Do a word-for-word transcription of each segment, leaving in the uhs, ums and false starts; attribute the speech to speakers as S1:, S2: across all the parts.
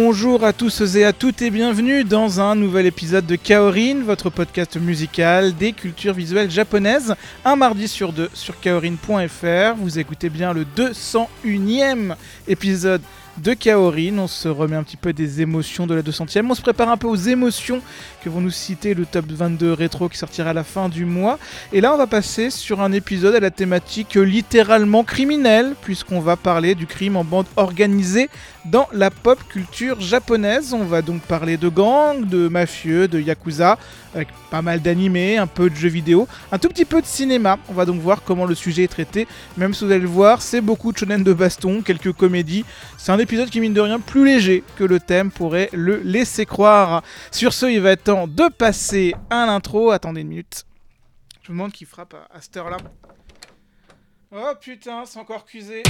S1: bonjour à tous et à toutes et bienvenue dans un nouvel épisode de Kaorin, votre podcast musical des cultures visuelles japonaises, un mardi sur deux sur kaorin point f r. Vous écoutez bien le deux cent unième épisode de Kaorin. On se remet un petit peu des émotions de la deux centième. On se prépare un peu aux émotions que vont nous citer le top vingt-deux rétro qui sortira à la fin du mois. Et là, on va passer sur un épisode à la thématique littéralement criminelle, puisqu'on va parler du crime en bande organisée dans la pop culture japonaise. On va donc parler de gangs, de mafieux, de yakuza, avec pas mal d'animés, un peu de jeux vidéo, un tout petit peu de cinéma. On va donc voir comment le sujet est traité. Même si vous allez le voir, c'est beaucoup de shonen de baston, quelques comédies. C'est un épisode qui, mine de rien, plus léger que le thème pourrait le laisser croire. Sur ce, il va être temps de passer à l'intro. Attendez une minute. Je me demande qui frappe à, à cette heure-là. Oh putain, c'est encore cuisé.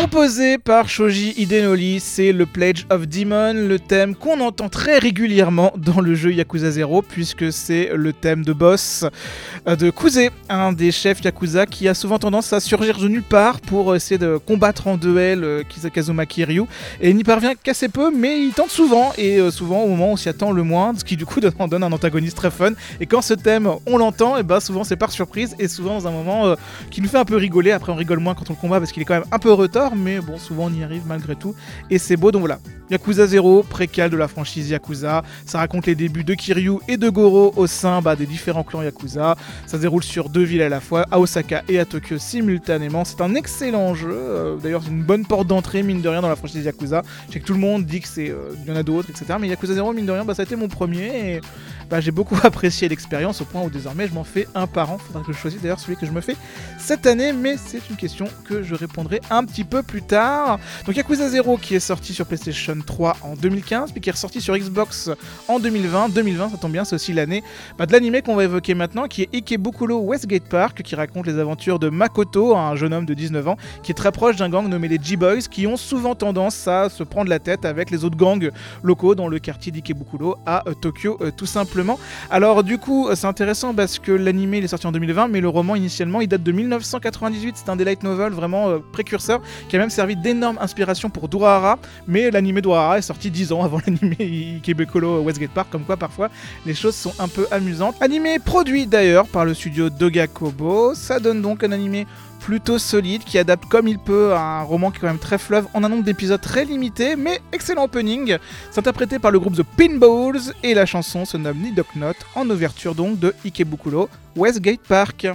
S1: Composé par Shoji Hidenori, c'est le Pledge of Demon, le thème qu'on entend très régulièrement dans le jeu Yakuza zéro, puisque c'est le thème de boss de Kuze, un des chefs Yakuza qui a souvent tendance à surgir de nulle part pour essayer de combattre en duel Kazuma Kiryu, et il n'y parvient qu'assez peu, mais il tente souvent, et souvent au moment où on s'y attend le moins, ce qui du coup en donne un antagoniste très fun, et quand ce thème on l'entend, et bah souvent c'est par surprise, et souvent dans un moment euh, qui nous fait un peu rigoler. Après on rigole moins quand on le combat parce qu'il est quand même un peu retors, mais bon, souvent on y arrive malgré tout, et c'est beau. Donc voilà, Yakuza zéro, préquel de la franchise Yakuza, ça raconte les débuts de Kiryu et de Goro au sein bah, des différents clans Yakuza. Ça se déroule sur deux villes à la fois, à Osaka et à Tokyo simultanément. C'est un excellent jeu, euh, d'ailleurs c'est une bonne porte d'entrée mine de rien dans la franchise Yakuza. Je sais que tout le monde dit que c'est, euh, il y en a d'autres, et cetera. Mais Yakuza zéro, mine de rien, bah, ça a été mon premier, et bah, j'ai beaucoup apprécié l'expérience au point où désormais je m'en fais un par an. Faudra que je choisisse d'ailleurs celui que je me fais cette année, mais c'est une question que je répondrai un petit peu plus tard. Donc Yakuza zéro qui est sorti sur PlayStation trois en deux mille quinze, puis qui est ressorti sur Xbox en deux mille vingt. deux mille vingt, ça tombe bien, c'est aussi l'année bah, de l'anime qu'on va évoquer maintenant, qui est Ikebukuro Westgate Park, qui raconte les aventures de Makoto, un jeune homme de dix-neuf ans, qui est très proche d'un gang nommé les G-Boys, qui ont souvent tendance à se prendre la tête avec les autres gangs locaux dans le quartier d'Ikebukuro à euh, Tokyo, euh, tout simplement. Alors du coup, c'est intéressant parce que l'anime il est sorti en deux mille vingt, mais le roman initialement il date de mille neuf cent quatre-vingt-dix-huit. C'est un des light novels vraiment euh, précurseur, qui a même servi d'énorme inspiration pour Durahara, mais l'anime Durahara est sorti dix ans avant l'anime Ikebukuro Westgate Park, comme quoi parfois les choses sont un peu amusantes. Animé produit d'ailleurs par le studio Doga Kobo, ça donne donc un animé plutôt solide, qui adapte comme il peut à un roman qui est quand même très fleuve en un nombre d'épisodes très limité, mais excellent opening. C'est interprété par le groupe The Pinballs, et la chanson se nomme Nidok Note, en ouverture donc de Ikebukuro Westgate Park.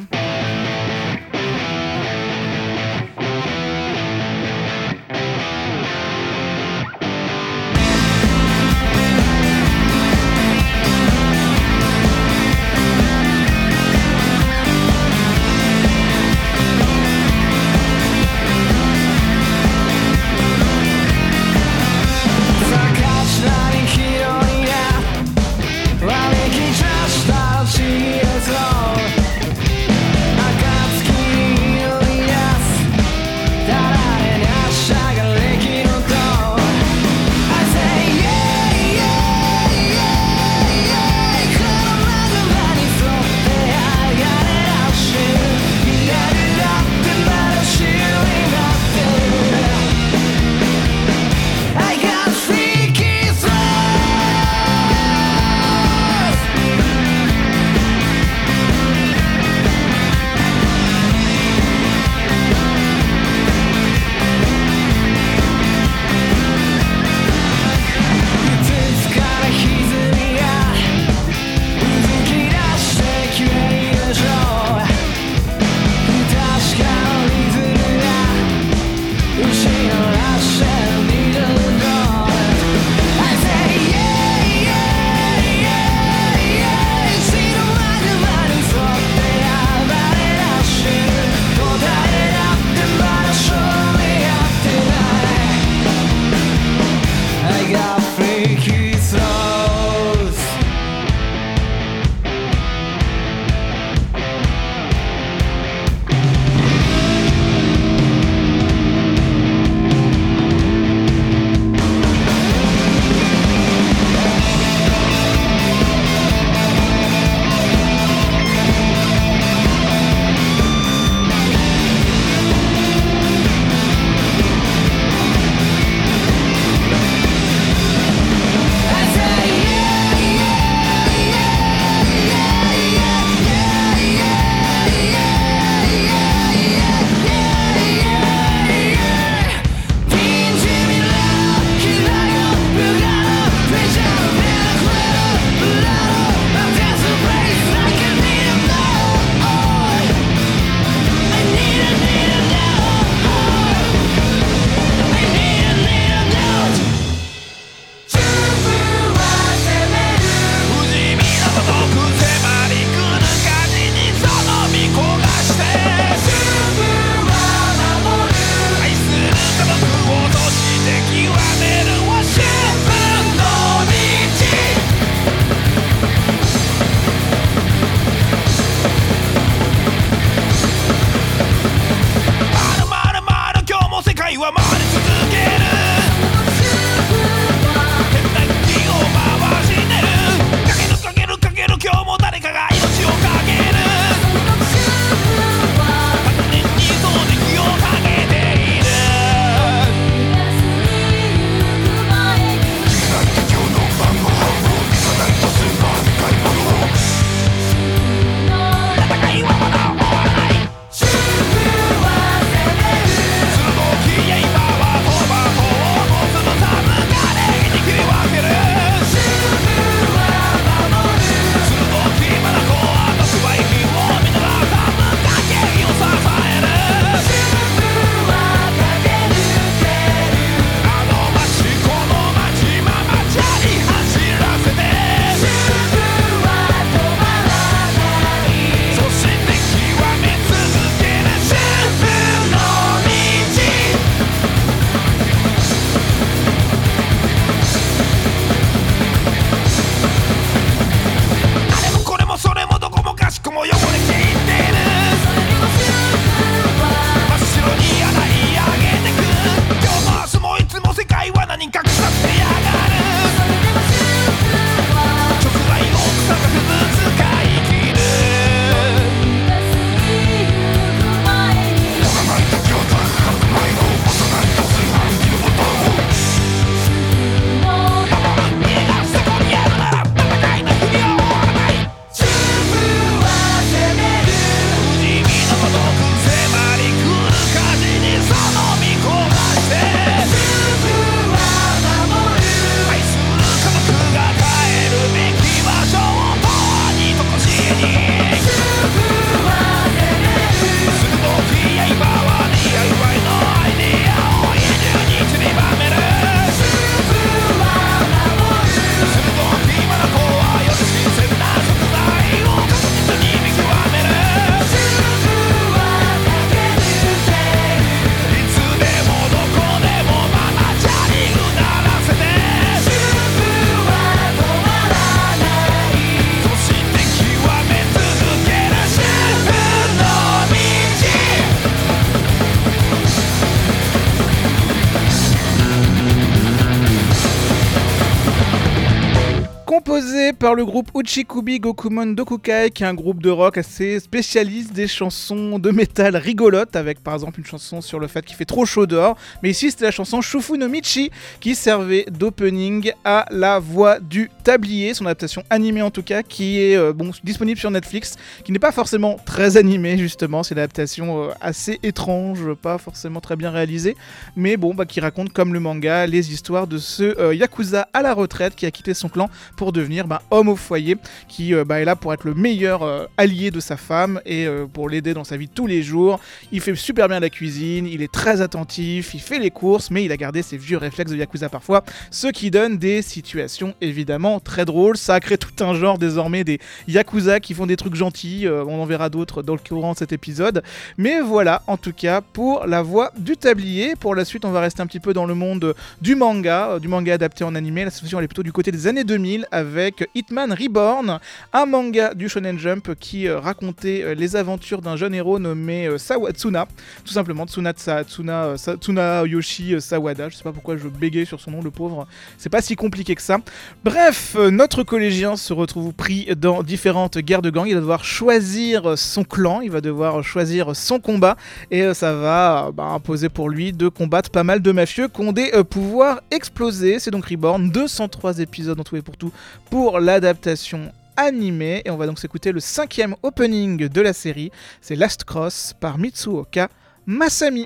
S2: Well,
S1: créé par le groupe Uchikubi Gokumon Dokukai, qui est un groupe de rock assez spécialiste des chansons de métal rigolotes, avec par exemple une chanson sur le fait qu'il fait trop chaud dehors. Mais ici, c'était la chanson Shufu no Michi qui servait d'opening à La Voix du Tablier, son adaptation animée en tout cas, qui est euh, bon, disponible sur Netflix, qui n'est pas forcément très animée justement, c'est une adaptation euh, assez étrange, pas forcément très bien réalisée, mais bon, bah, qui raconte comme le manga les histoires de ce euh, yakuza à la retraite qui a quitté son clan pour devenir bah, homme au foyer, qui euh, bah, est là pour être le meilleur euh, allié de sa femme et euh, pour l'aider dans sa vie de tous les jours. Il fait super bien la cuisine, il est très attentif, il fait les courses, mais il a gardé ses vieux réflexes de yakuza parfois, ce qui donne des situations évidemment très drôles. Ça a créé tout un genre désormais des yakuza qui font des trucs gentils, euh, on en verra d'autres dans le courant de cet épisode, mais voilà en tout cas pour La Voix du Tablier. Pour la suite, on va rester un petit peu dans le monde du manga, euh, du manga adapté en animé. La situation elle est plutôt du côté des années deux mille avec Hitman Reborn, un manga du Shonen Jump qui euh, racontait euh, les aventures d'un jeune héros nommé euh, Sawa- Tsuna, tout simplement Tsuna Tsa, Tsuna, euh, Sa- Tsunayoshi euh, Sawada. Je sais pas pourquoi je bégayais sur son nom, le pauvre, c'est pas si compliqué que ça. Bref, euh, notre collégien se retrouve pris dans différentes guerres de gang, il va devoir choisir son clan, il va devoir choisir son combat, et euh, ça va euh, bah, imposer pour lui de combattre pas mal de mafieux qui ont des euh, pouvoirs explosés. C'est donc Reborn, deux cent trois épisodes en tout et pour tout pour l'adaptation animée, et on va donc s'écouter le cinquième opening de la série, c'est Last Cross par Mitsuoka Masami.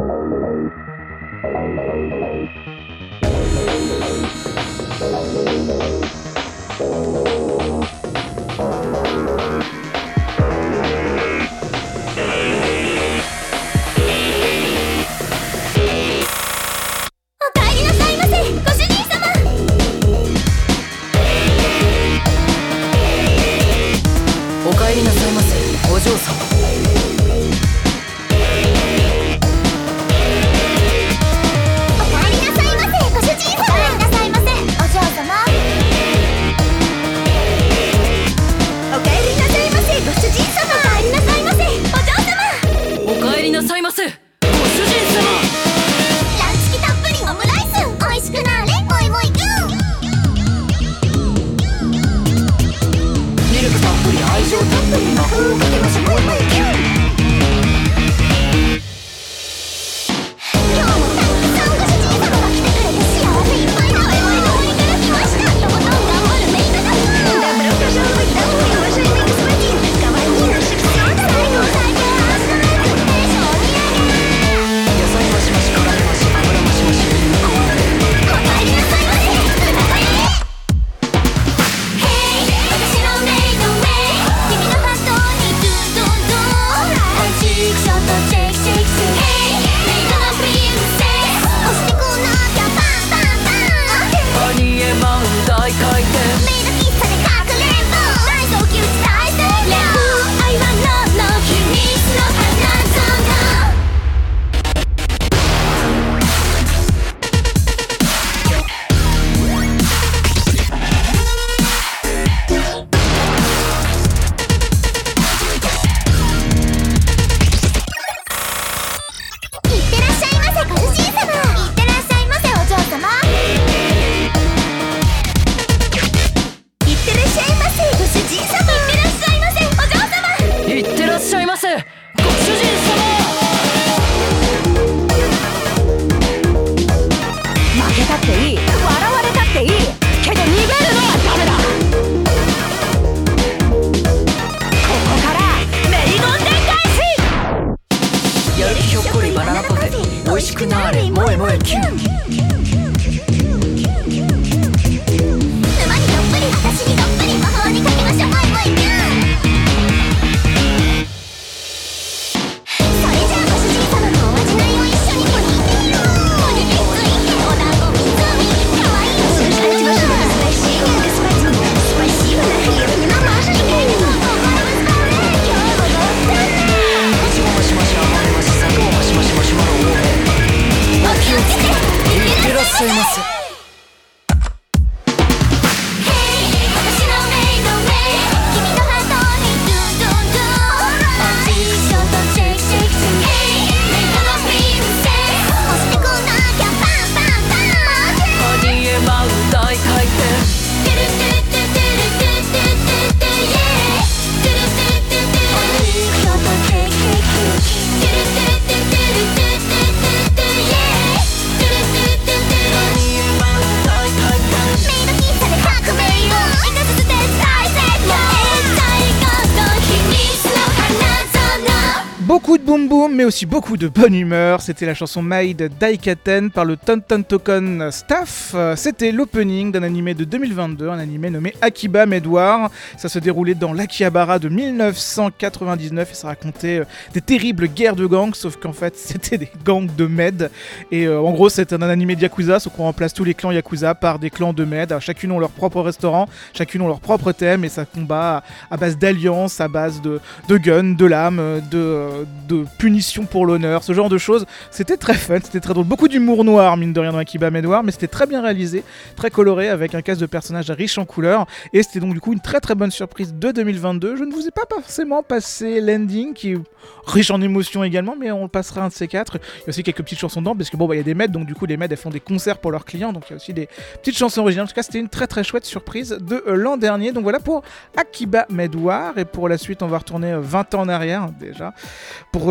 S1: Beaucoup de boom boom, mais aussi beaucoup de bonne humeur. C'était la chanson Maid Daikaten par le Tontontokon Staff. C'était l'opening d'un animé de deux mille vingt-deux, un animé nommé Akiba Medwar. Ça se déroulait dans l'Akihabara de dix-neuf cent quatre-vingt-dix-neuf et ça racontait des terribles guerres de gangs, sauf qu'en fait c'était des gangs de Med. Et euh, en gros c'est un animé de Yakuza, sauf qu'on remplace tous les clans Yakuza par des clans de Med. Alors, chacune ont leur propre restaurant, chacune ont leur propre thème et ça combat à, à base d'alliance, à base de, de guns, de lames, de... de punition pour l'honneur, ce genre de choses. C'était très fun, c'était très drôle. Beaucoup d'humour noir, mine de rien, dans Akiba Medwar, mais c'était très bien réalisé, très coloré, avec un cast de personnages riche en couleurs. Et c'était donc du coup une très très bonne surprise de deux mille vingt-deux. Je ne vous ai pas forcément passé l'ending, qui est riche en émotions également, mais on le passera un de ces quatre. Il y a aussi quelques petites chansons dedans, parce que bon, bah, il y a des maids, donc du coup, les maids, elles font des concerts pour leurs clients, donc il y a aussi des petites chansons originales. En tout cas, c'était une très très chouette surprise de euh, l'an dernier. Donc voilà pour Akiba Medwar. Et pour la suite, on va retourner euh, vingt ans en arrière, déjà. Pour euh, l'année deux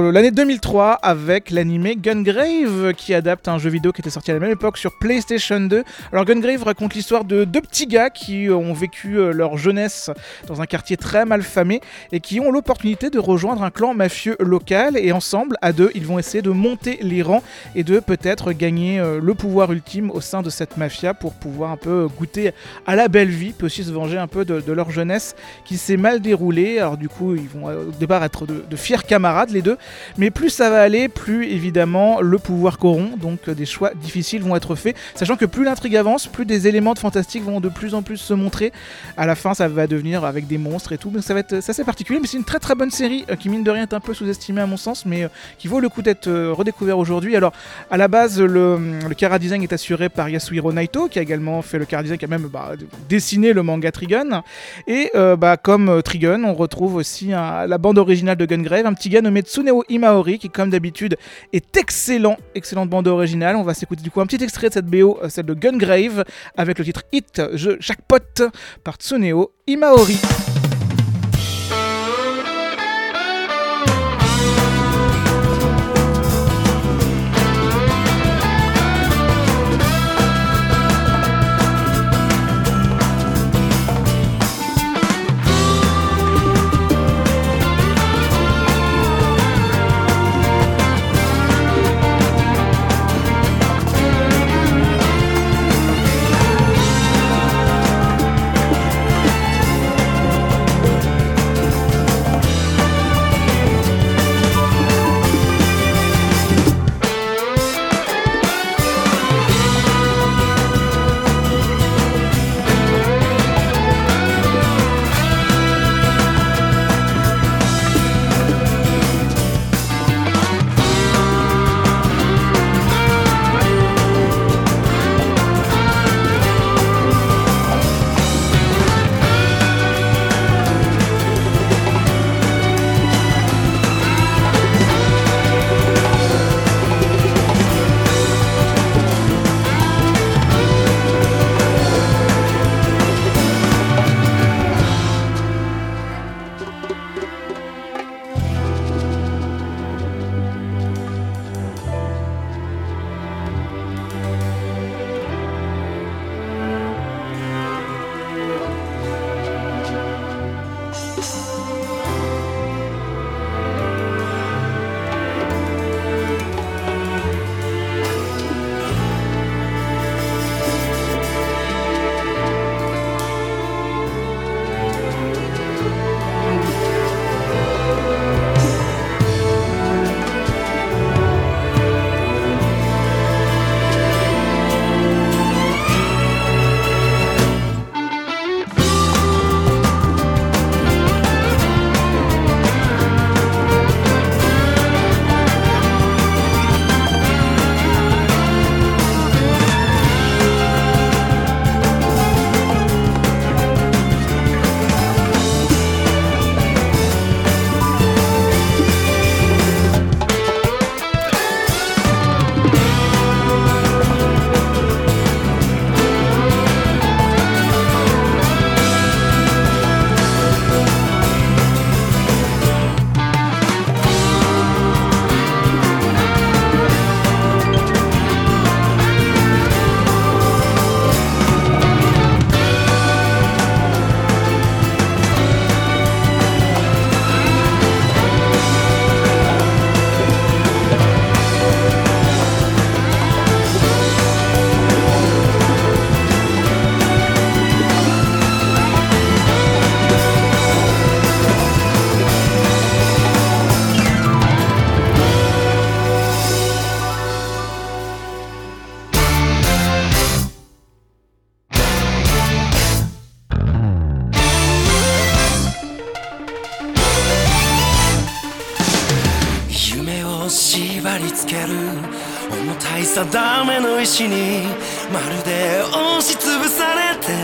S1: mille trois avec l'animé Gungrave qui adapte un jeu vidéo qui était sorti à la même époque sur PlayStation deux. Alors Gungrave raconte l'histoire de deux petits gars qui ont vécu leur jeunesse dans un quartier très mal famé et qui ont l'opportunité de rejoindre un clan mafieux local, et ensemble, à deux, ils vont essayer de monter les rangs et de peut-être gagner le pouvoir ultime au sein de cette mafia pour pouvoir un peu goûter à la belle vie, puis aussi se venger un peu de, de leur jeunesse qui s'est mal déroulée. Alors du coup, ils vont au départ être de, de fiers camarades les deux, mais plus ça va aller, plus évidemment le pouvoir corrompt, donc des choix difficiles vont être faits, sachant que plus l'intrigue avance, plus des éléments de fantastique vont de plus en plus se montrer. À la fin, ça va devenir avec des monstres et tout, donc ça va être ça, c'est particulier, mais c'est une très très bonne série euh, qui mine de rien est un peu sous-estimée à mon sens, mais euh, qui vaut le coup d'être euh, redécouvert aujourd'hui. Alors à la base, le, le chara design est assuré par Yasuhiro Naito, qui a également fait le chara design, qui a même bah, dessiné le manga Trigun, et euh, bah, comme euh, Trigun, on retrouve aussi un, la bande originale de Gungrave, un petit gars nommé Tsuneo Imaori, qui comme d'habitude est excellent, excellente bande originale. On va s'écouter du coup un petit extrait de cette B O, euh, celle de Gungrave, avec le titre Hit, jeu Jackpot, par Tsuneo Imaori.
S2: 定めの石にまるで押しつぶされて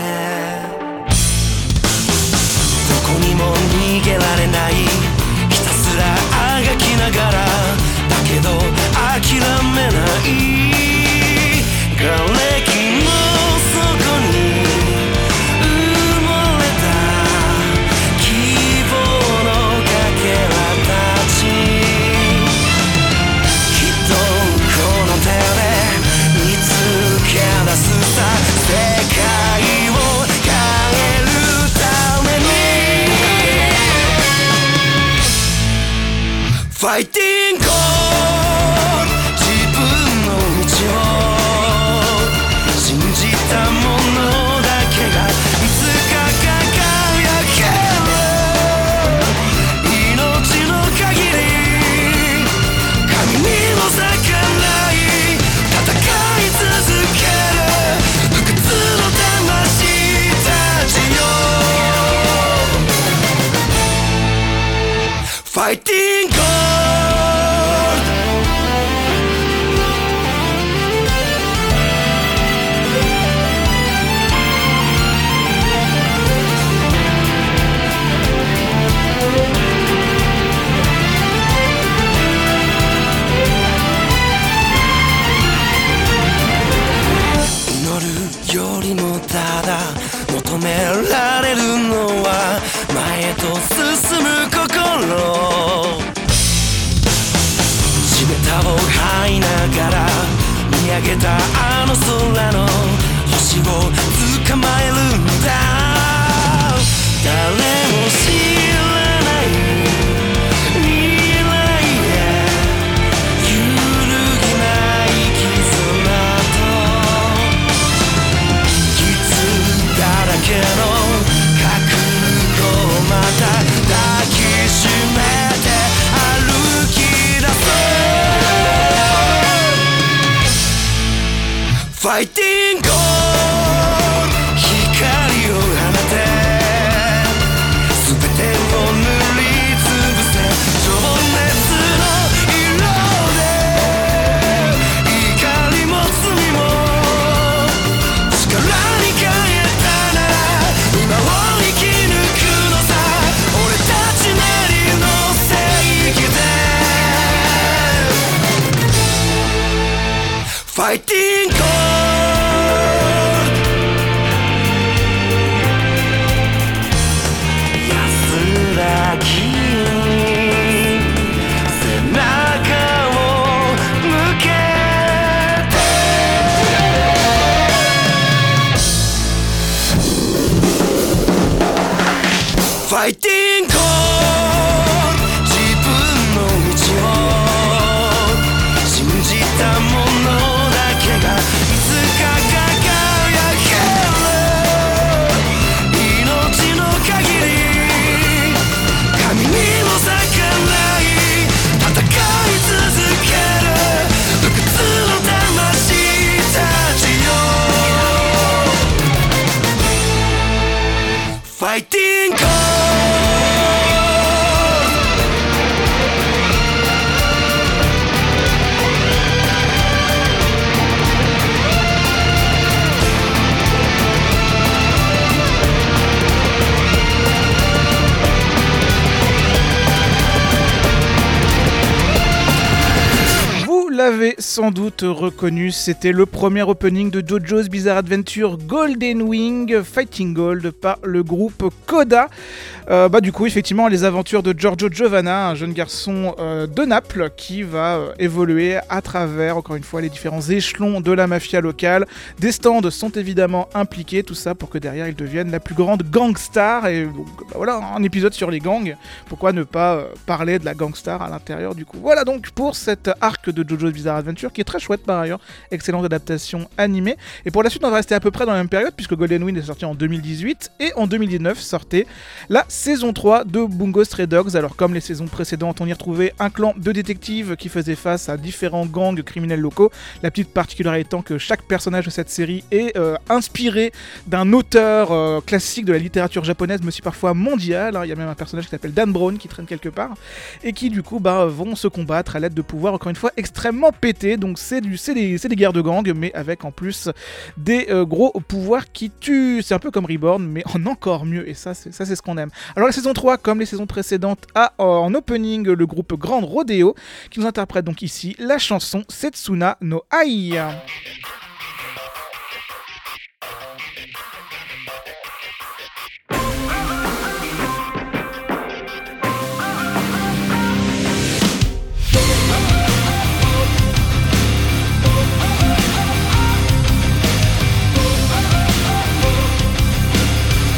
S2: どこにも逃げられないひたすらあがきながらだけど諦めない瓦礫の底に埋もれた希望のかけらたちファイティングゴール自分の道を信じたものだけがいつか輝ける命の限り神にも咲かない戦い続ける不屈の魂たちよファイティングゴールよりもただ求められるのは前へと進む心地べたを這いながら見上げたあの空の星を捕まえるんだ誰も知らない未来へ揺るぎない絆だらけの覚悟をまた抱きしめて歩き出そうファイティングゴール光を放て全てを塗りつぶせ情熱の色で怒りも罪も力に変え今を生き抜くのさ俺たちなりの正義でファイティングゴール安らぎに背中を向けてファイティングゴール自分の道を信じたものだけがいつか輝ける命の限り神にも咲かない戦い続ける不屈の魂たちよファイティングゴール
S1: Vous l'avez sans doute reconnu, c'était le premier opening de JoJo's Bizarre Adventure Golden Wing Fighting Gold par le groupe Coda. Euh, bah du coup effectivement les aventures de Giorgio Giovanna, un jeune garçon euh, de Naples qui va euh, évoluer à travers encore une fois les différents échelons de la mafia locale. Des stands sont évidemment impliqués, tout ça pour que derrière il devienne la plus grande gangstar. Et donc, bah, voilà un épisode sur les gangs, pourquoi ne pas euh, parler de la gangstar à l'intérieur du coup. Voilà donc pour cet arc de JoJo's Bizarre Adventure qui est très chouette par ailleurs, excellente adaptation animée. Et pour la suite on va rester à peu près dans la même période puisque Golden Wind est sorti en deux mille dix-huit et en deux mille dix-neuf sortait la saison trois de Bungo Stray Dogs. Alors comme les saisons précédentes, on y retrouvait un clan de détectives qui faisait face à différents gangs criminels locaux. La petite particularité étant que chaque personnage de cette série est euh, inspiré d'un auteur euh, classique de la littérature japonaise, mais aussi parfois mondiale. Il y a même un personnage qui s'appelle Dan Brown qui traîne quelque part et qui du coup bah, vont se combattre à l'aide de pouvoirs encore une fois extrêmement pétés. Donc c'est, du, c'est, des, c'est des guerres de gangs, mais avec en plus des euh, gros pouvoirs qui tuent. C'est un peu comme Reborn, mais en encore mieux. Et ça c'est, ça, c'est ce qu'on aime. Alors la saison trois, comme les saisons précédentes, a en opening le groupe Grand Rodeo qui nous interprète donc ici la chanson Setsuna no Ai.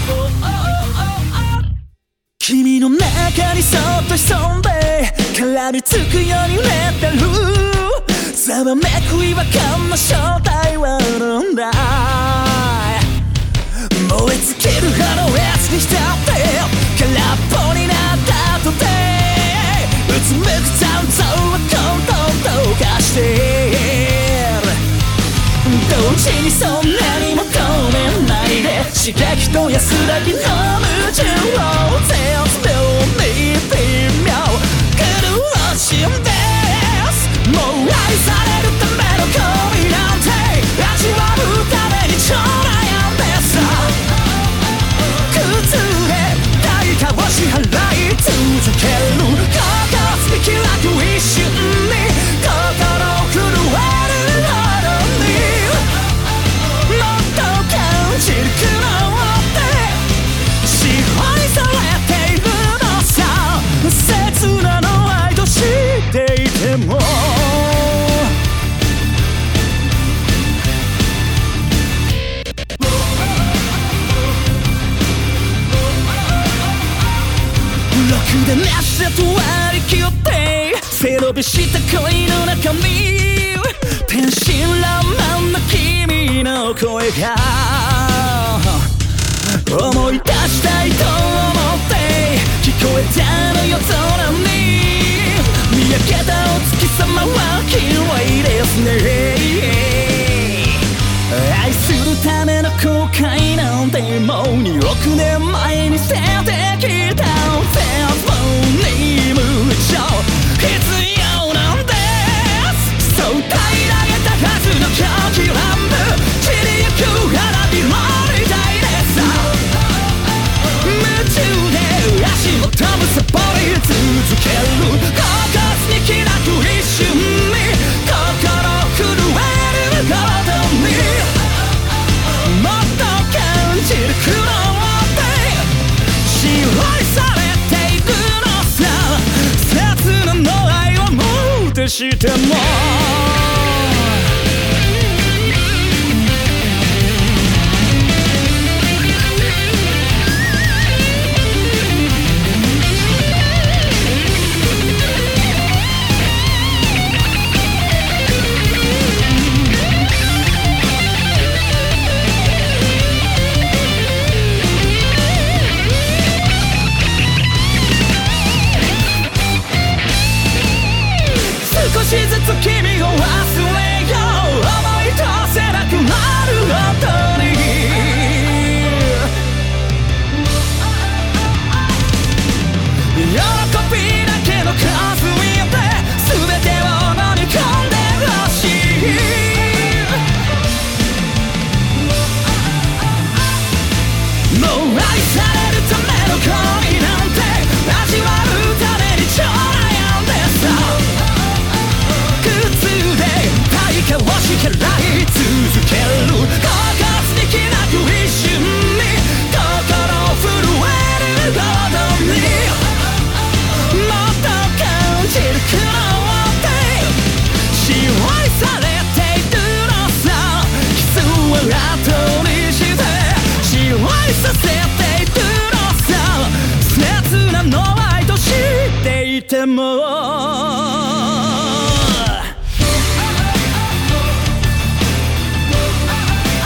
S3: 君の中にそっと潜んで絡
S2: につくように売れてるざわめく違和感の正体はなんだ燃え尽きるあの熱に浸って空っぽになった後でうつむく残像は混沌と化して同時にそんなに求めないで刺激と安らぎの矛盾を絶妙に微妙苦しんですもう愛されるための恋なんて味わうために超悩んでさ崩れ対価を支払い続ける心つき楽一瞬に心震えるほどにもっと感じる苦悩って支配されているのさ切なの愛と知っていてもろくでなしだと割り切って背伸びした恋の中に天真爛漫な君の声が思い出したいと思って聞こえたの夜空に見上げたお月様は綺麗ですね愛するための後悔なんてもうにおく年前に捨ててきた絶望に無情必要なんですそう平らげたはずの狂気乱舞散りゆく花火回りたいです夢中で足元むさぼり続ける心つきなく一瞬に心震えるほどにもっと感じる苦悩って支配されていくのさ切なの愛をもってしても少しずつ君を忘れよう思い出せなくなるほどに喜びだけの数えて全てを飲み込んでほしいもう愛されるための恋なんて味わうために超悩んでさ対価を支払い続ける心つきなく一瞬に心震えるほどにもっと感じる苦悩って支配されているのさキスは後にして支配させているのさ切なの愛と知っていても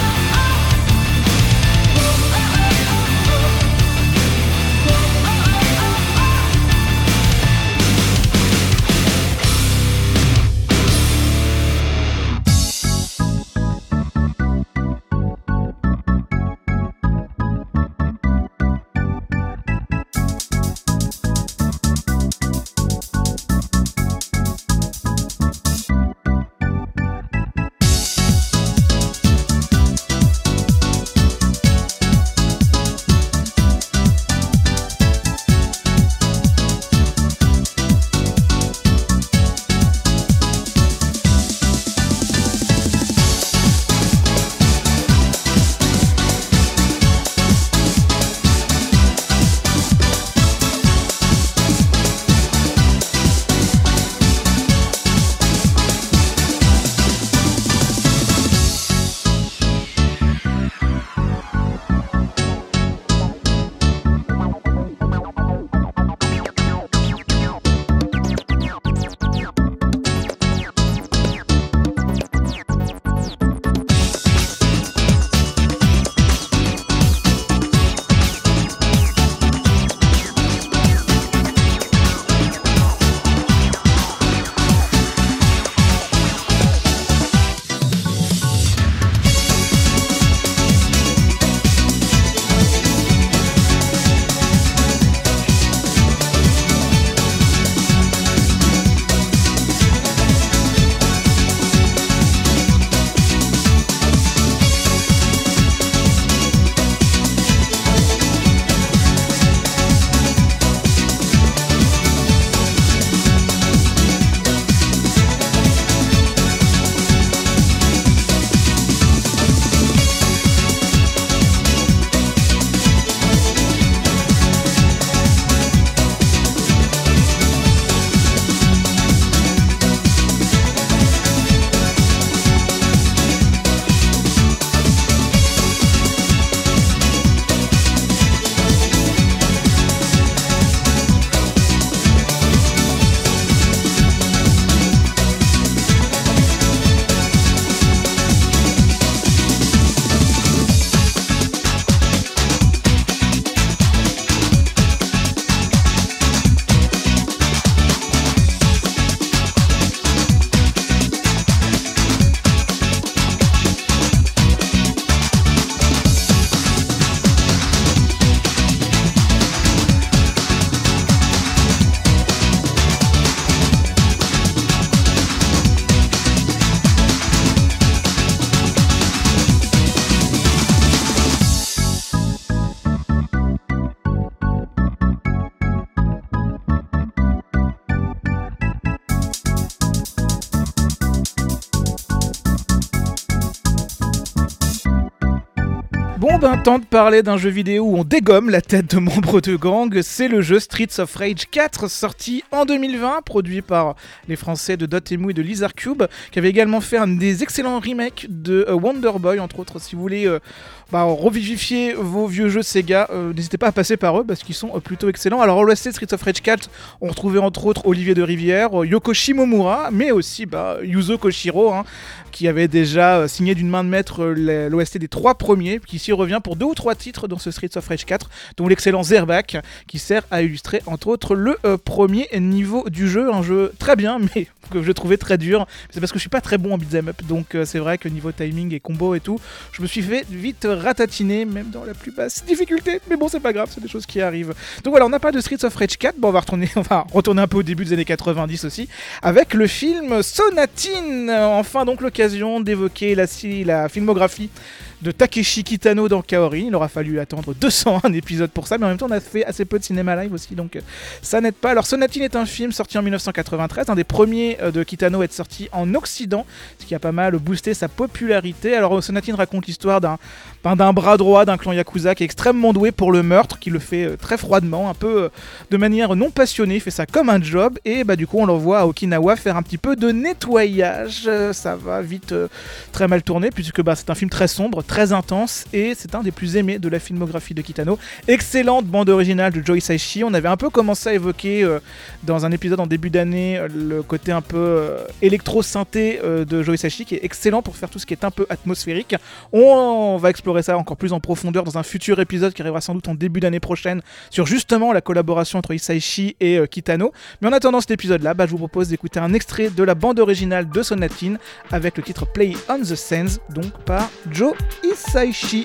S1: Bon ben, temps de parler d'un jeu vidéo où on dégomme la tête de membres de gang, c'est le jeu Streets of Rage quatre, sorti en deux mille vingt, produit par les Français de Dotemu et de Lizard Cube, qui avait également fait un des excellents remakes de euh, Wonder Boy, entre autres. Si vous voulez euh, bah, revivifier vos vieux jeux Sega, euh, n'hésitez pas à passer par eux, parce qu'ils sont euh, plutôt excellents. Alors, au O S T Streets of Rage quatre, on retrouvait entre autres Olivier de Rivière, euh, Yoko Shimomura, mais aussi bah, Yuzo Koshiro, hein, qui avait déjà euh, signé d'une main de maître euh, l'O S T des trois premiers, qui s'y revient pour deux ou trois titres dans ce Streets of Rage quatre, dont l'excellent Zerback, qui sert à illustrer entre autres le euh, premier niveau du jeu, un jeu très bien, mais que je trouvais très dur. C'est parce que je suis pas très bon en beat'em up, donc euh, c'est vrai que niveau timing et combo et tout, je me suis fait vite ratatiner, même dans la plus basse difficulté, mais bon, c'est pas grave, c'est des choses qui arrivent. Donc voilà, on n'a pas de Streets of Rage quatre, bon, on va retourner, on va retourner un peu au début des années quatre-vingt-dix aussi, avec le film Sonatine. Enfin, donc l'occasion d'évoquer la, la filmographie de Takeshi Kitano dans Kaori. Il aura fallu attendre deux cent un épisodes pour ça, mais en même temps on a fait assez peu de cinéma live aussi, donc euh, ça n'aide pas. Alors Sonatine est un film sorti en dix-neuf cent quatre-vingt-treize, un des premiers euh, de Kitano à être sorti en Occident, ce qui a pas mal boosté sa popularité. Alors Sonatine raconte l'histoire d'un, ben, d'un bras droit d'un clan Yakuza qui est extrêmement doué pour le meurtre, qui le fait euh, très froidement, un peu euh, de manière non passionnée, il fait ça comme un job, et bah du coup on l'envoie à Okinawa faire un petit peu de nettoyage. Euh, ça va vite euh, très mal tourner, puisque bah, c'est un film très sombre, très intense, et c'est un des plus aimés de la filmographie de Kitano. Excellente bande originale de Joe Hisaishi. On avait un peu commencé à évoquer euh, dans un épisode en début d'année euh, le côté un peu euh, électro-synthé euh, de Joe Hisaishi, qui est excellent pour faire tout ce qui est un peu atmosphérique. On, on va explorer ça encore plus en profondeur dans un futur épisode qui arrivera sans doute en début d'année prochaine sur justement la collaboration entre Hisaishi et euh, Kitano. Mais en attendant cet épisode-là, bah, je vous propose d'écouter un extrait de la bande originale de Sonatine avec le titre Play on the Sands, donc par Joe Hisaishi.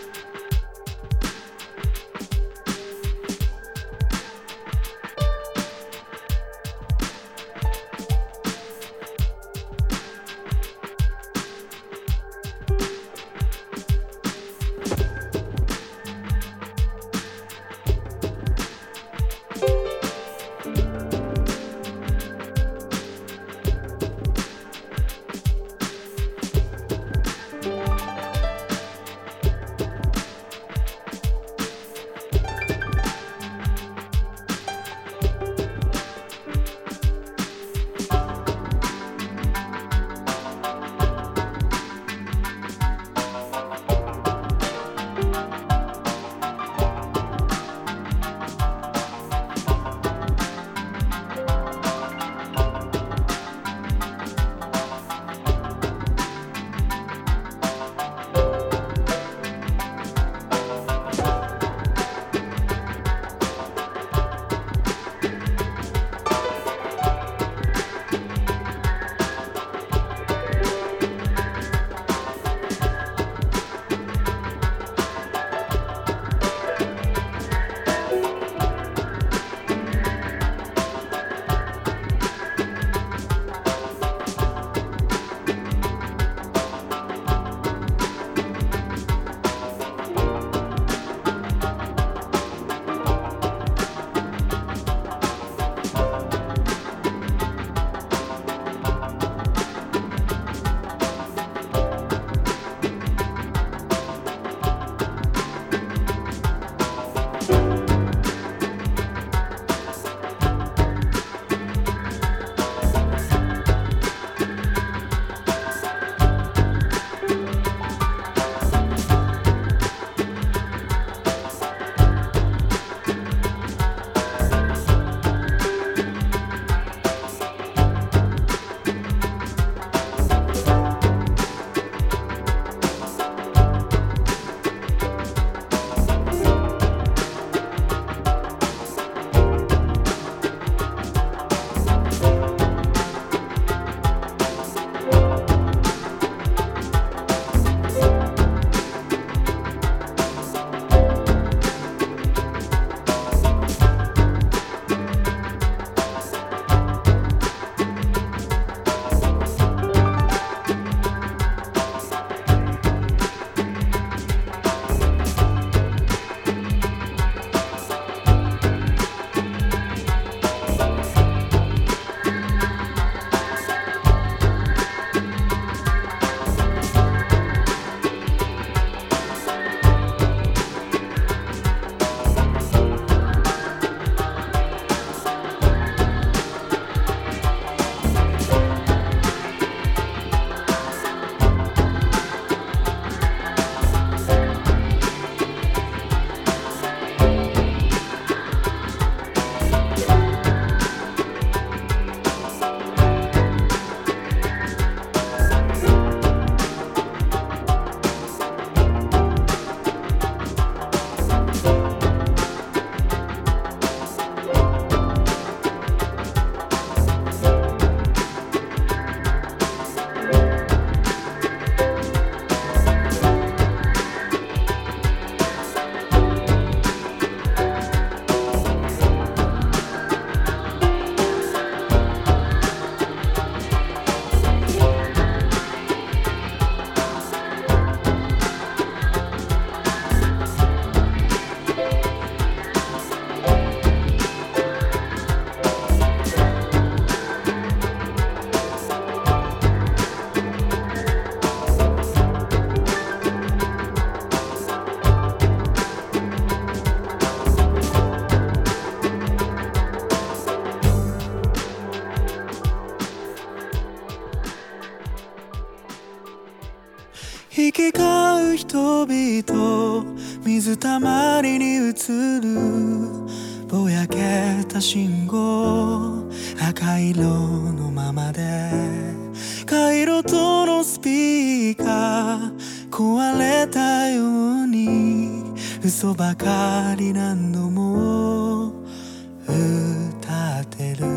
S2: 行き交う人々水たまりに映るぼやけた信号赤色のままで回路灯のスピーカー壊れたように嘘ばかり何度も歌ってる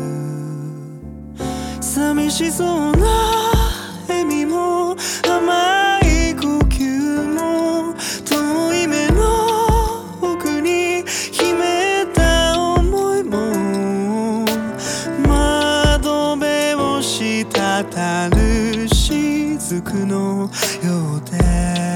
S2: 寂しそうな笑みも甘い呼吸も遠い目の奥に秘めた思いも窓辺を滴る雫のようで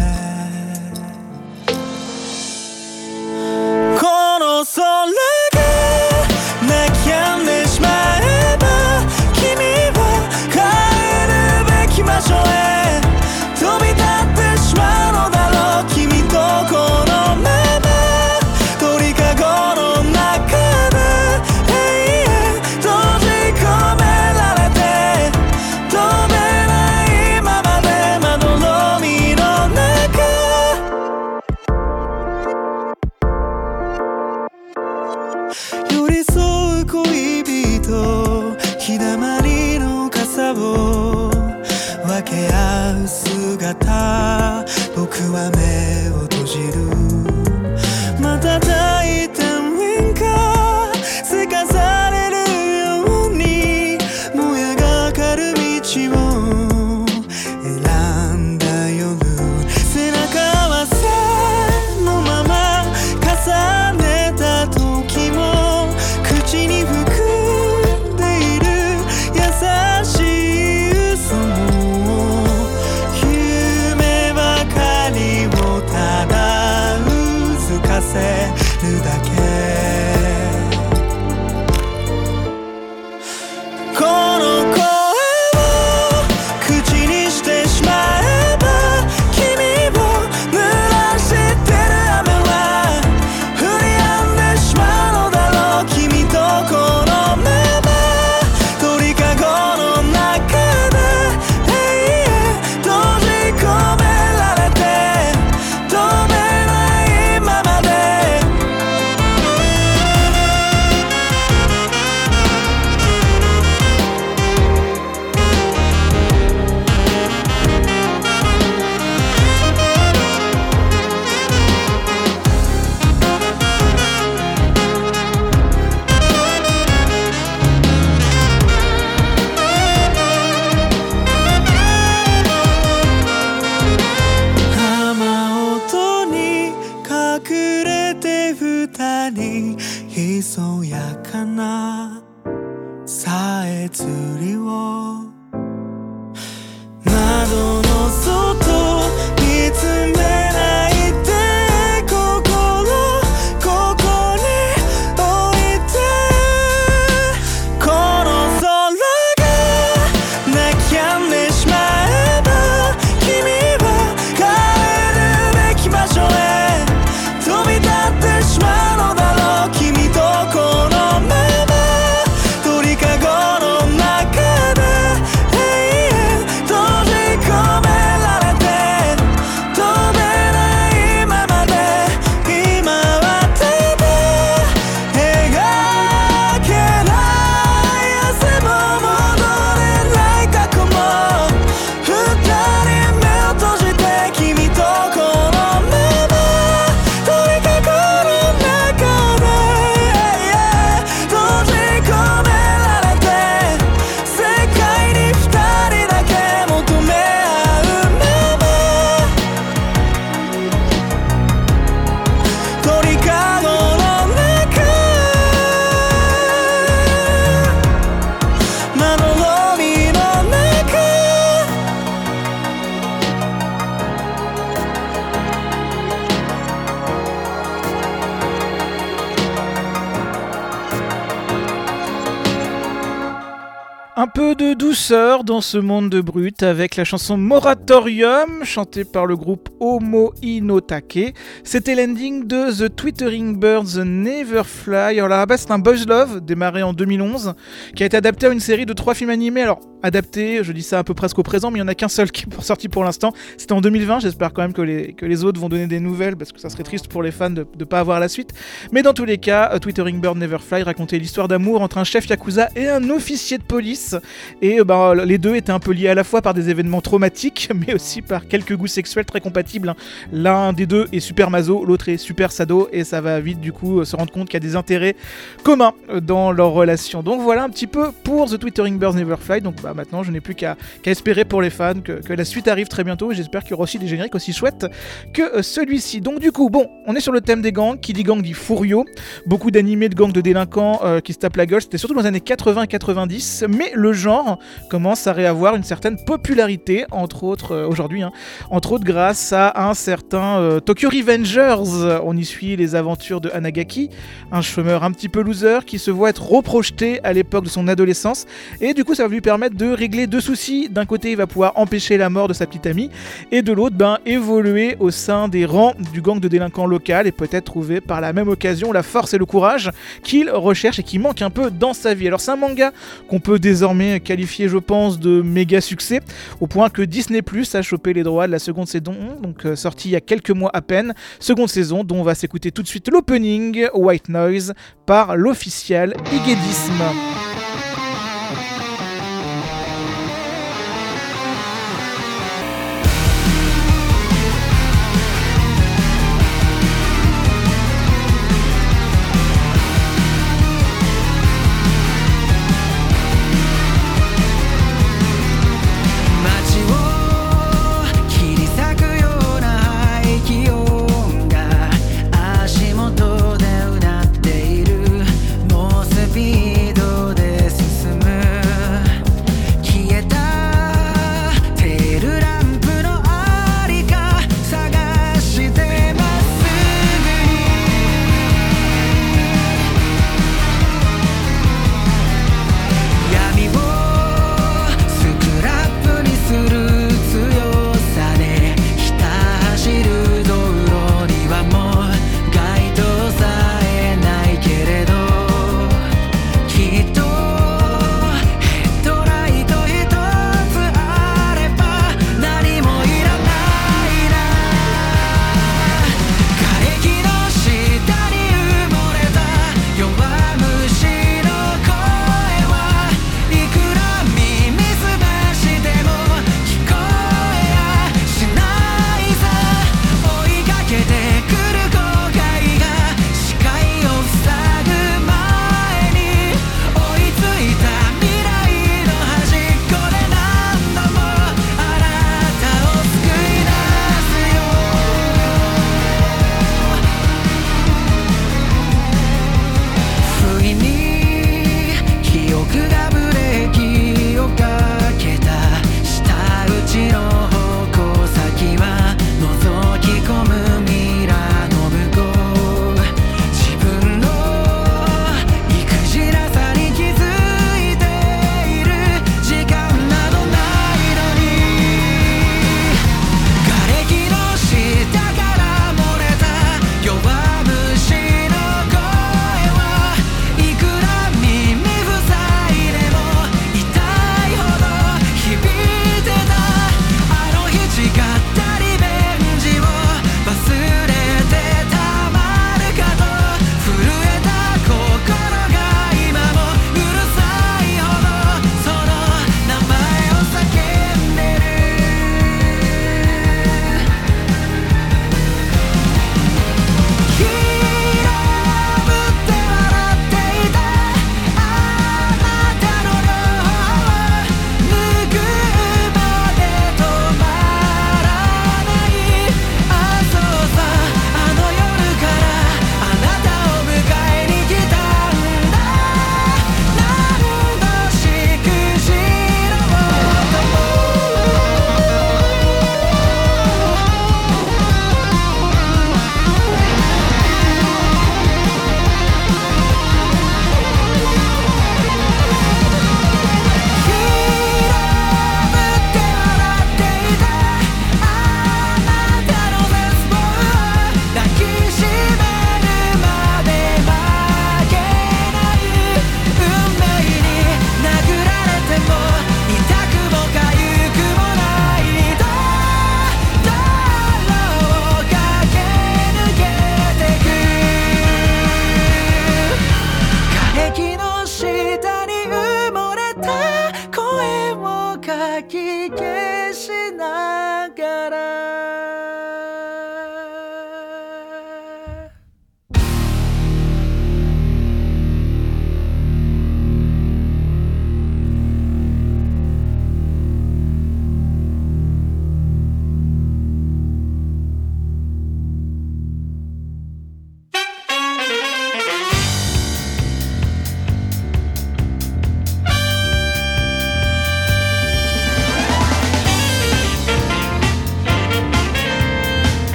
S2: この空が泣き止んでしまえば君は帰るべき場所へ飛び立ってしまうのだろう君とこのまま鳥かごの中で永遠閉じ込められて飛べないままでまどろみの中寄り添う恋人日だまりの傘を分け合う姿僕は目を閉じる瞬いた面がせかされるようにもやがかる道を選んだ夜背中は背のまま重ねた時も口に含んでいる優しい嘘も夢ばかりをただうずかせるだけこの声を口にしてしまえば君を濡らしてる雨は降り止んでしまうのだろう君とこのまま鳥かごの中で永遠閉じ込められて飛べないままで
S1: Un peu de douceur dans ce monde de brut avec la chanson Moratorium, chantée par le groupe Homo Inotake. C'était l'ending de The Twittering Birds Never Fly. Alors là, c'est un boys love démarré en deux mille onze qui a été adapté à une série de trois films animés. Alors adapté, je dis ça un peu presque au présent, mais il n'y en a qu'un seul qui est sorti pour l'instant. C'était en deux mille vingt, j'espère quand même que les, que les autres vont donner des nouvelles parce que ça serait triste pour les fans de ne pas avoir la suite. Mais dans tous les cas, A Twittering Bird Never Fly racontait l'histoire d'amour entre un chef yakuza et un officier de police. Et ben, les deux étaient un peu liés à la fois par des événements traumatiques, mais aussi par quelques goûts sexuels très compatibles. L'un des deux est super maso, l'autre est super sado, et ça va vite du coup se rendre compte qu'il y a des intérêts communs dans leur relation. Donc voilà un petit peu pour The Twittering Birds Never Fly. Donc bah, maintenant je n'ai plus qu'à, qu'à espérer pour les fans que, que la suite arrive très bientôt, et j'espère qu'il y aura aussi des génériques aussi chouettes que celui-ci. Donc du coup, bon, on est sur le thème des gangs, qui dit gang dit Furio, beaucoup d'animés de gangs de délinquants euh, qui se tapent la gueule, c'était surtout dans les années quatre-vingts quatre-vingt-dix, mais le genre commence à réavoir une certaine popularité, entre autres euh, aujourd'hui, hein, entre autres grâce à un certain euh, Tokyo Revengers. On y suit les aventures de Hanagaki, un chômeur un petit peu loser qui se voit être reprojeté à l'époque de son adolescence, et du coup ça va lui permettre de régler deux soucis. D'un côté, il va pouvoir empêcher la mort de sa petite amie, et de l'autre, ben, évoluer au sein des rangs du gang de délinquants local et peut-être trouver par la même occasion la force et le courage qu'il recherche et qui manque un peu dans sa vie. Alors c'est un manga qu'on peut désormais qualifié, je pense, de méga succès, au point que Disney plus a chopé les droits de la seconde saison, donc euh, sortie il y a quelques mois à peine. Seconde saison dont on va s'écouter tout de suite l'opening White Noise par l'official Higedisme.
S2: Speed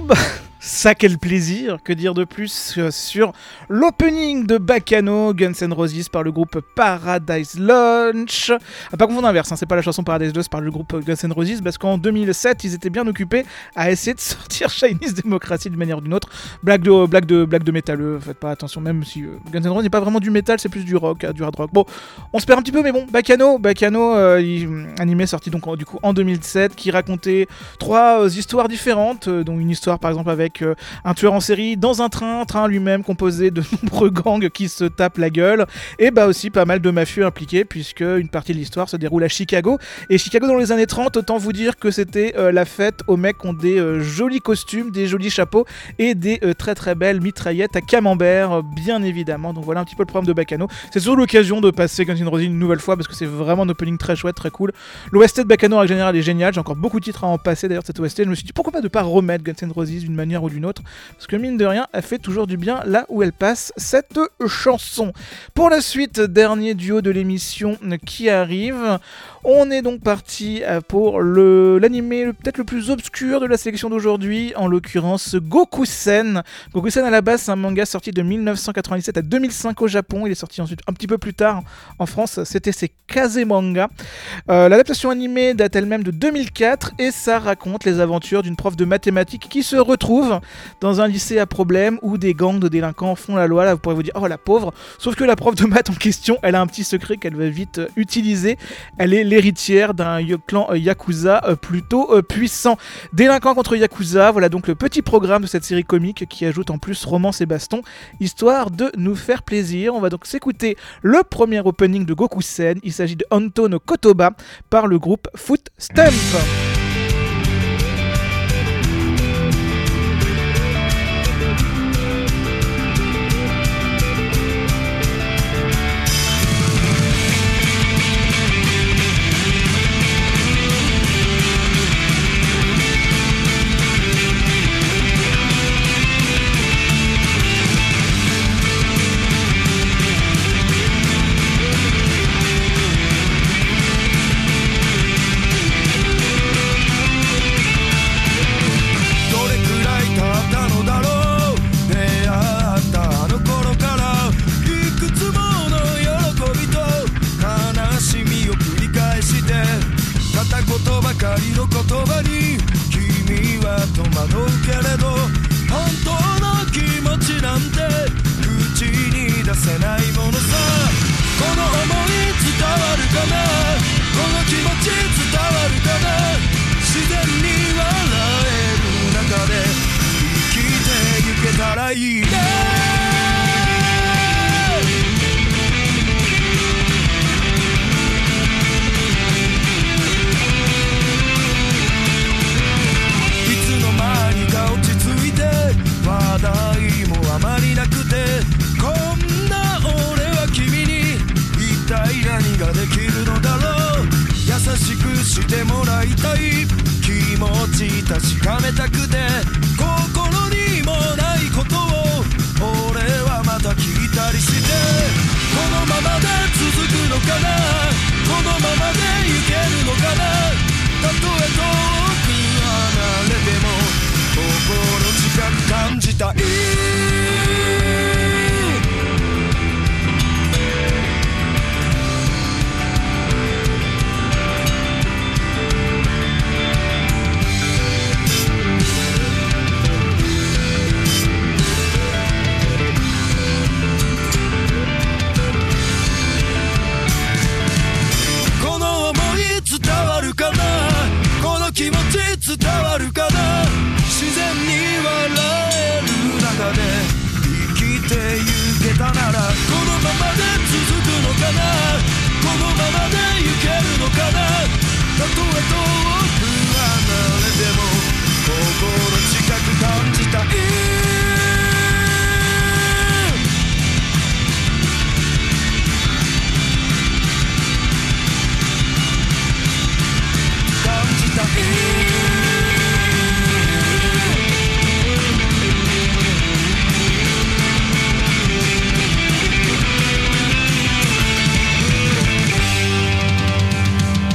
S1: bah, ça quel plaisir, que dire de plus euh, sur l'opening de Baccano, Guns N' Roses par le groupe Paradise Lunch. Ah, pas confondre inverse, hein, c'est pas la chanson Paradise Lost par le groupe Guns N' Roses, parce qu'en deux mille sept, ils étaient bien occupés à essayer de sortir Chinese Democracy d'une manière ou d'une autre. Blague de, blague de, blague de métalleux, faites pas attention, même si euh, Guns N' Roses n'est pas vraiment du métal, c'est plus du rock, euh, du hard rock. Bon, on se perd un petit peu, mais bon, Baccano, Baccano, euh, il, animé sorti donc en, du coup en deux mille sept, qui racontait trois euh, histoires différentes, euh, dont une histoire par exemple avec euh, un tueur en série dans un train, train lui-même composé de nombreux gangs qui se tapent la gueule, et bah aussi pas mal de mafieux impliqués, puisque une partie de l'histoire se déroule à Chicago, et Chicago dans les années trente, autant vous dire que c'était euh, la fête aux mecs qui ont des euh, jolis costumes, des jolis chapeaux, et des euh, très très belles mitraillettes à camembert, euh, bien évidemment. Donc voilà un petit peu le programme de Baccano. C'est toujours l'occasion de passer Guns N' Roses une nouvelle fois, parce que c'est vraiment un opening très chouette, très cool. L'O S T de Baccano en général est génial, j'ai encore beaucoup de titres à en passer d'ailleurs de cette O S T. Je me suis dit pourquoi pas de pas remettre Guns N' Roses d'une manière ou d'une autre, parce que mine de rien, elle fait toujours du bien là où elle passe, cette chanson. Pour la suite, dernier duo de l'émission qui arrive. On est donc parti pour le, l'animé peut-être le plus obscur de la sélection d'aujourd'hui, en l'occurrence Gokusen. Gokusen à la base c'est un manga sorti de mille neuf cent quatre-vingt-dix-sept à deux mille cinq au Japon, il est sorti ensuite un petit peu plus tard en France, c'était ses Kazemanga. Euh, l'adaptation animée date elle-même de deux mille quatre et ça raconte les aventures d'une prof de mathématiques qui se retrouve dans un lycée à problème où des gangs de délinquants font la loi. Là vous pourrez vous dire oh la pauvre, sauf que la prof de maths en question elle a un petit secret qu'elle va vite utiliser, elle est l'héritière d'un clan euh, Yakuza euh, plutôt euh, puissant. Délinquant contre Yakuza, voilà donc le petit programme de cette série comique qui ajoute en plus romance et baston, histoire de nous faire plaisir. On va donc s'écouter le premier opening de Gokusen, il s'agit de Honto no Kotoba par le groupe Footstep.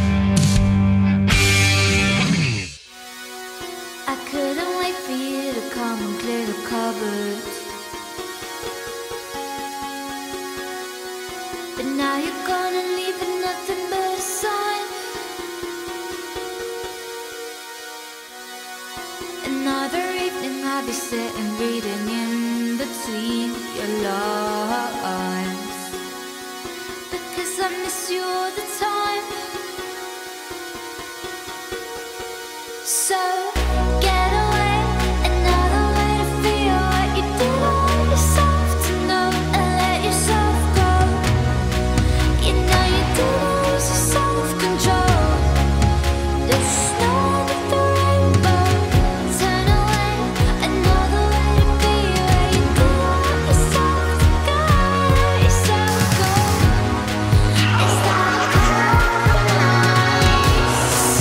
S3: I couldn't wait for you to come and clear the cupboards. But now you're gone and leaving nothing but a sign. Another evening I'll be sitting reading in between your lines, because I miss you all the time. So get away, another way to feel what you did all yourself to know and let yourself go. You know you do lose your self-control. There's no end of the rainbow. Turn away, another way to be where you do let yourself go, let yourself go. Is that a compromise?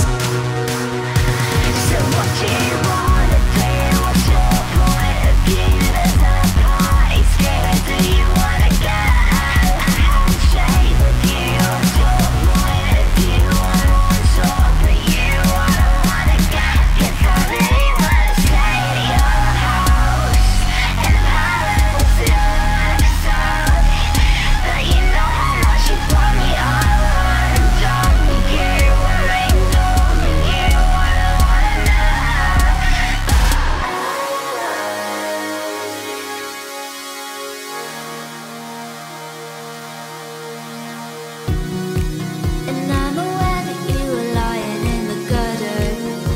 S3: So what do you wanna do? What's your point of view? There's no point. Where do you wanna go? A handshake with you. What's your point of view? I want talk with you. I don't wanna go. 'Cause I really wanna stay at your house and balance your episode. But you know how much you brought me all on and done with you. What I know with you. I don't wanna know. And I'm aware that you were lying in the gutter,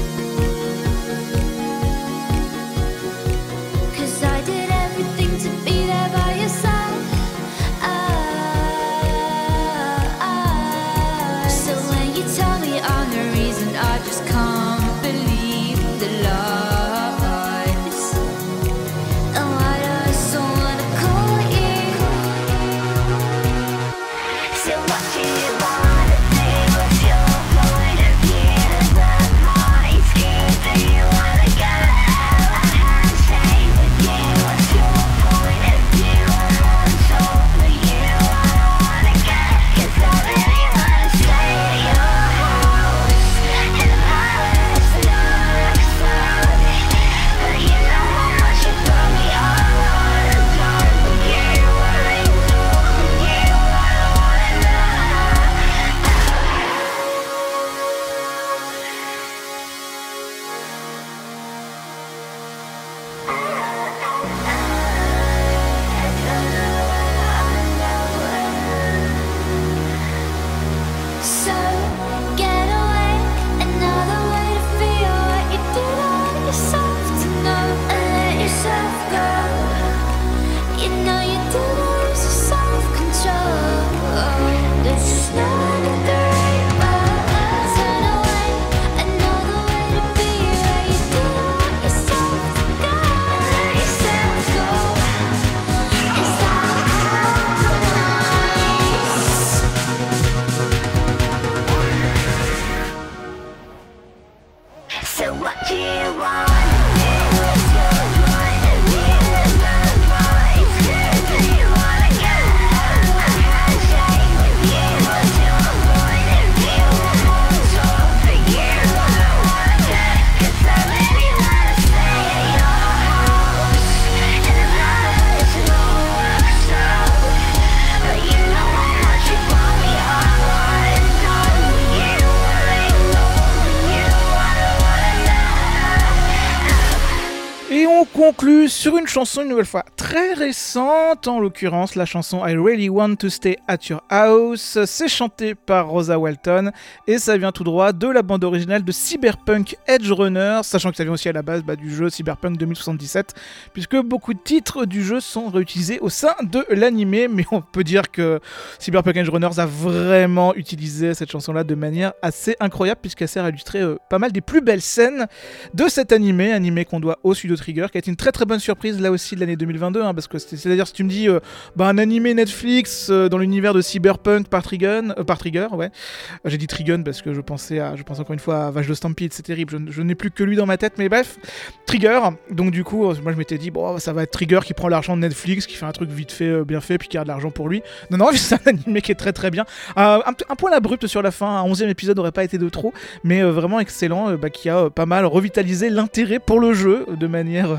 S3: 'cause I did everything to be there by your side. Ah, ah. So when you tell me I'm the reason, I just can't believe the lies. And why do I so wanna call you? So what do you wanna do? What's your point of view? There's no point. Where do you wanna go? A handshake with you. What's your point of view? I want talk with you. I don't wanna go. 'Cause I really wanna stay at your house and balance your episode. But you know how much you brought me all on and done with you. What I know with you. I don't wanna know. So get away, another way to feel what you did all yourself to know and let yourself go. You know you do lose your self-control. There's no end of the rainbow. Turn away, another way to be where you do let yourself go, let yourself go. Is that a compromise? So what do you wanna do? What's your point of view? There's no point. Where do you wanna go? A handshake with you. What's your point of view? I want talk with you. I don't wanna go. 'Cause I really wanna stay at your house and balance your episode. But you know how much you brought me all on and done with you. What I know with you. I don't wanna know.
S1: Et on conclut sur une chanson une nouvelle fois très récente, en l'occurrence la chanson I Really Want to Stay at Your House. C'est chanté par Rosa Walton et ça vient tout droit de la bande originale de Cyberpunk Edge Runner, sachant que ça vient aussi à la base bah, du jeu Cyberpunk deux mille soixante-dix-sept, puisque beaucoup de titres du jeu sont réutilisés au sein de l'animé, mais on peut dire que Cyberpunk Edge Runners a vraiment utilisé cette chanson-là de manière assez incroyable, puisqu'elle sert à illustrer euh, pas mal des plus belles scènes de cet animé, animé qu'on doit au Studio Trigger, qui a été une très très bonne surprise là aussi de l'année deux mille vingt-deux, hein, parce que c'est, c'est-à-dire si tu me dis euh, bah, un animé Netflix euh, dans l'univers de Cyberpunk par Trigger, euh, par Trigger, ouais, euh, j'ai dit Trigun parce que je pensais à, je pense encore une fois à Vache de Stampede, c'est terrible, je, je n'ai plus que lui dans ma tête, mais bref, Trigger. Donc du coup, moi je m'étais dit bon, ça va être Trigger qui prend l'argent de Netflix, qui fait un truc vite fait, euh, bien fait, puis qui a de l'argent pour lui. Non non, c'est un animé qui est très très bien. Euh, un, un point abrupt sur la fin, un onzième épisode n'aurait pas été de trop, mais euh, vraiment excellent, euh, bah, qui a euh, pas mal revitalisé l'intérêt pour le jeu euh, de manière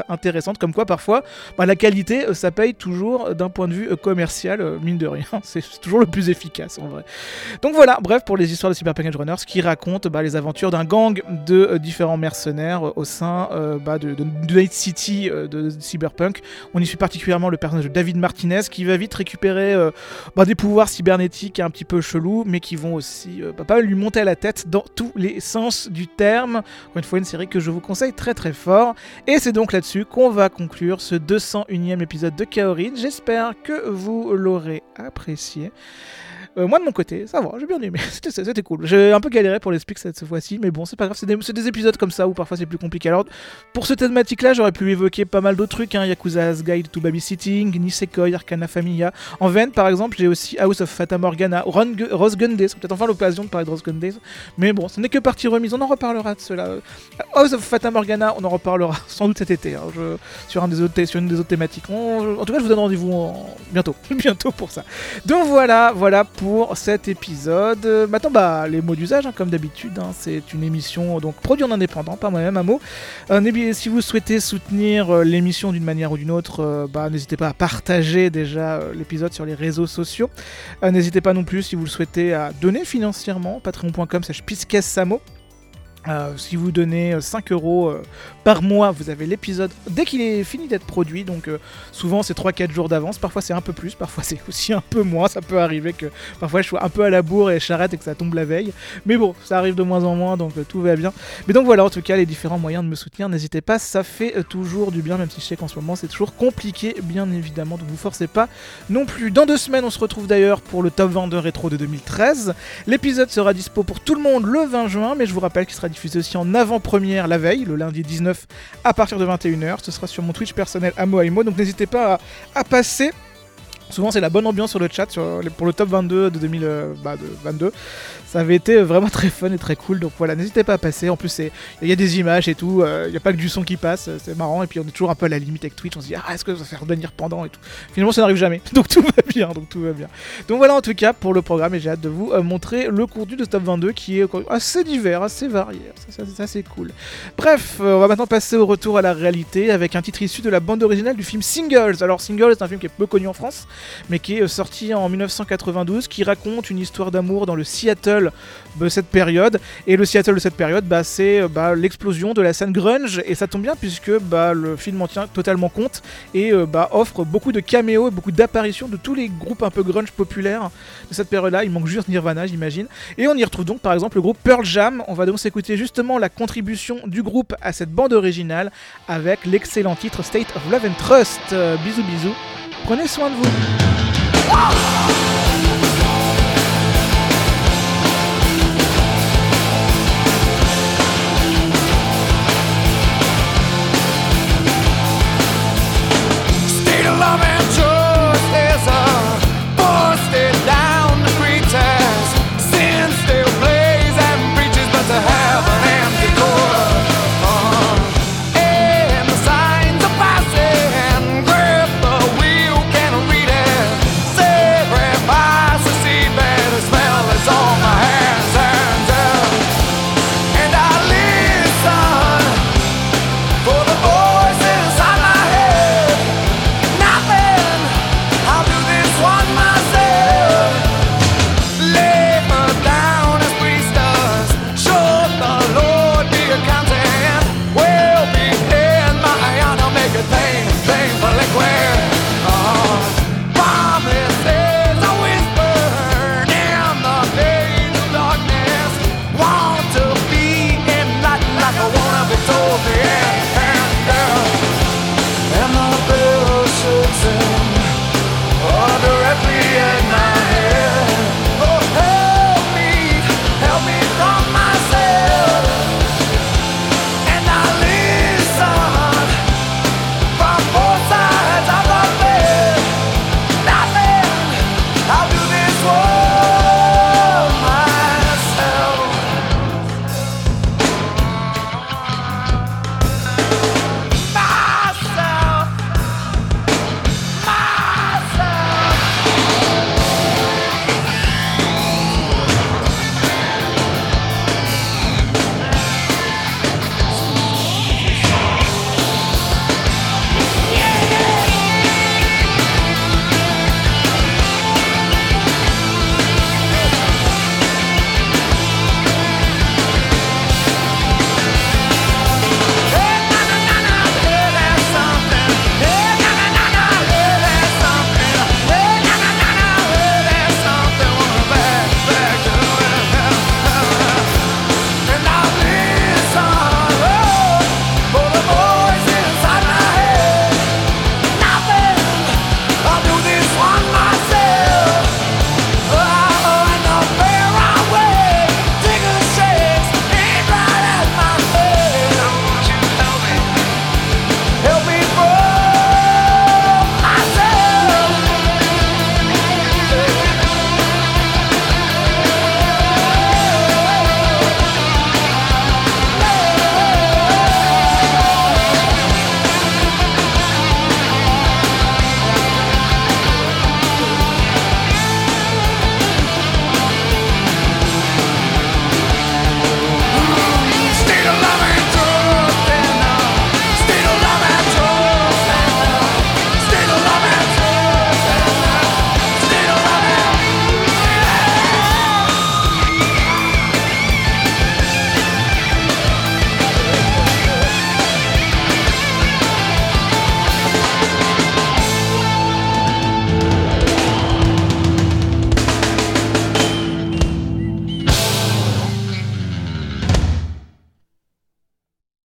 S1: intéressantes, comme quoi parfois bah, la qualité euh, ça paye toujours d'un point de vue euh, commercial, euh, mine de rien, c'est, c'est toujours le plus efficace en vrai. Donc voilà, bref, pour les histoires de Cyberpunk Edge Runners qui racontent bah, les aventures d'un gang de euh, différents mercenaires euh, au sein euh, bah, de, de, de Night City euh, de, de Cyberpunk. On y suit particulièrement le personnage de David Martinez qui va vite récupérer euh, bah, des pouvoirs cybernétiques un petit peu chelous, mais qui vont aussi euh, bah, pas mal lui monter à la tête dans tous les sens du terme. Encore une fois, une série que je vous conseille très très fort. Et c'est donc là-dessus qu'on va conclure ce deux cent unième épisode de Kaorin. J'espère que vous l'aurez apprécié. Euh, moi de mon côté, ça va, j'ai bien aimé, c'était, c'était cool. J'ai un peu galéré pour les speaks cette fois-ci, mais bon, c'est pas grave, c'est des, c'est des épisodes comme ça où parfois c'est plus compliqué. Alors, pour cette thématique-là, j'aurais pu évoquer pas mal d'autres trucs, hein, Yakuza's Guide to Babysitting, Nisekoi, Arcana Familia. En veine, par exemple, j'ai aussi House of Fata Morgana, Ron Gu- Rose Gun Days, c'est peut-être enfin l'occasion de parler de Rose Gun Days, mais bon, ce n'est que partie remise, on en reparlera de cela. House of Fata Morgana, on en reparlera sans doute cet été, hein, je, sur, un des autres, sur une des autres thématiques. On, en tout cas, je vous donne rendez-vous en, bientôt, bientôt pour ça. Donc voilà, voilà pour cet épisode. Euh, maintenant, bah, les mots d'usage, hein, comme d'habitude, hein, c'est une émission donc produit en indépendant, pas moi-même, un mot. Euh, si vous souhaitez soutenir euh, l'émission d'une manière ou d'une autre, euh, bah, n'hésitez pas à partager déjà euh, l'épisode sur les réseaux sociaux. Euh, n'hésitez pas non plus, si vous le souhaitez, à donner financièrement, patreon point com slash pisquessamo. Euh, si vous donnez cinq euros euh, par mois, vous avez l'épisode dès qu'il est fini d'être produit, donc euh, souvent c'est trois quatre jours d'avance, parfois c'est un peu plus, parfois c'est aussi un peu moins, ça peut arriver que parfois je sois un peu à la bourre et j'arrête et que ça tombe la veille, mais bon, ça arrive de moins en moins, donc euh, tout va bien. Mais donc voilà, en tout cas, les différents moyens de me soutenir, n'hésitez pas, ça fait euh, toujours du bien, même si je sais qu'en ce moment c'est toujours compliqué, bien évidemment, donc vous forcez pas non plus. Dans deux semaines, on se retrouve d'ailleurs pour le top vingt de rétro de deux mille treize, l'épisode sera dispo pour tout le monde le vingt juin, mais je vous rappelle qu'il sera diffusé aussi en avant-première la veille, le lundi dix-neuf à partir de vingt et une heures. Ce sera sur mon Twitch personnel Amo Aimo, donc n'hésitez pas à, à passer. Souvent c'est la bonne ambiance sur le chat sur les, pour le top vingt-deux de deux mille vingt-deux. Ça avait été vraiment très fun et très cool, donc voilà, n'hésitez pas à passer. En plus il y a des images et tout, il euh, n'y a pas que du son qui passe, c'est marrant, et puis on est toujours un peu à la limite avec Twitch, on se dit ah est-ce que ça va faire revenir pendant et tout. Finalement ça n'arrive jamais, donc tout va bien, donc tout va bien. Donc voilà en tout cas pour le programme, et j'ai hâte de vous euh, montrer le contenu de ce top vingt-deux qui est assez divers, assez varié, ça, ça, ça c'est cool. Bref, euh, on va maintenant passer au retour à la réalité avec un titre issu de la bande originale du film Singles. Alors Singles c'est un film qui est peu connu en France, mais qui est sorti en dix-neuf cent quatre-vingt-douze, qui raconte une histoire d'amour dans le Seattle de cette période. Et le Seattle de cette période, bah, c'est bah, l'explosion de la scène grunge, et ça tombe bien puisque bah, le film en tient totalement compte et euh, bah, offre beaucoup de caméos et beaucoup d'apparitions de tous les groupes un peu grunge populaires de cette période-là. Il manque juste Nirvana, j'imagine. Et on y retrouve donc par exemple le groupe Pearl Jam. On va donc s'écouter justement la contribution du groupe à cette bande originale avec l'excellent titre State of Love and Trust. Euh, bisous bisous, prenez soin de vous.
S2: Oh!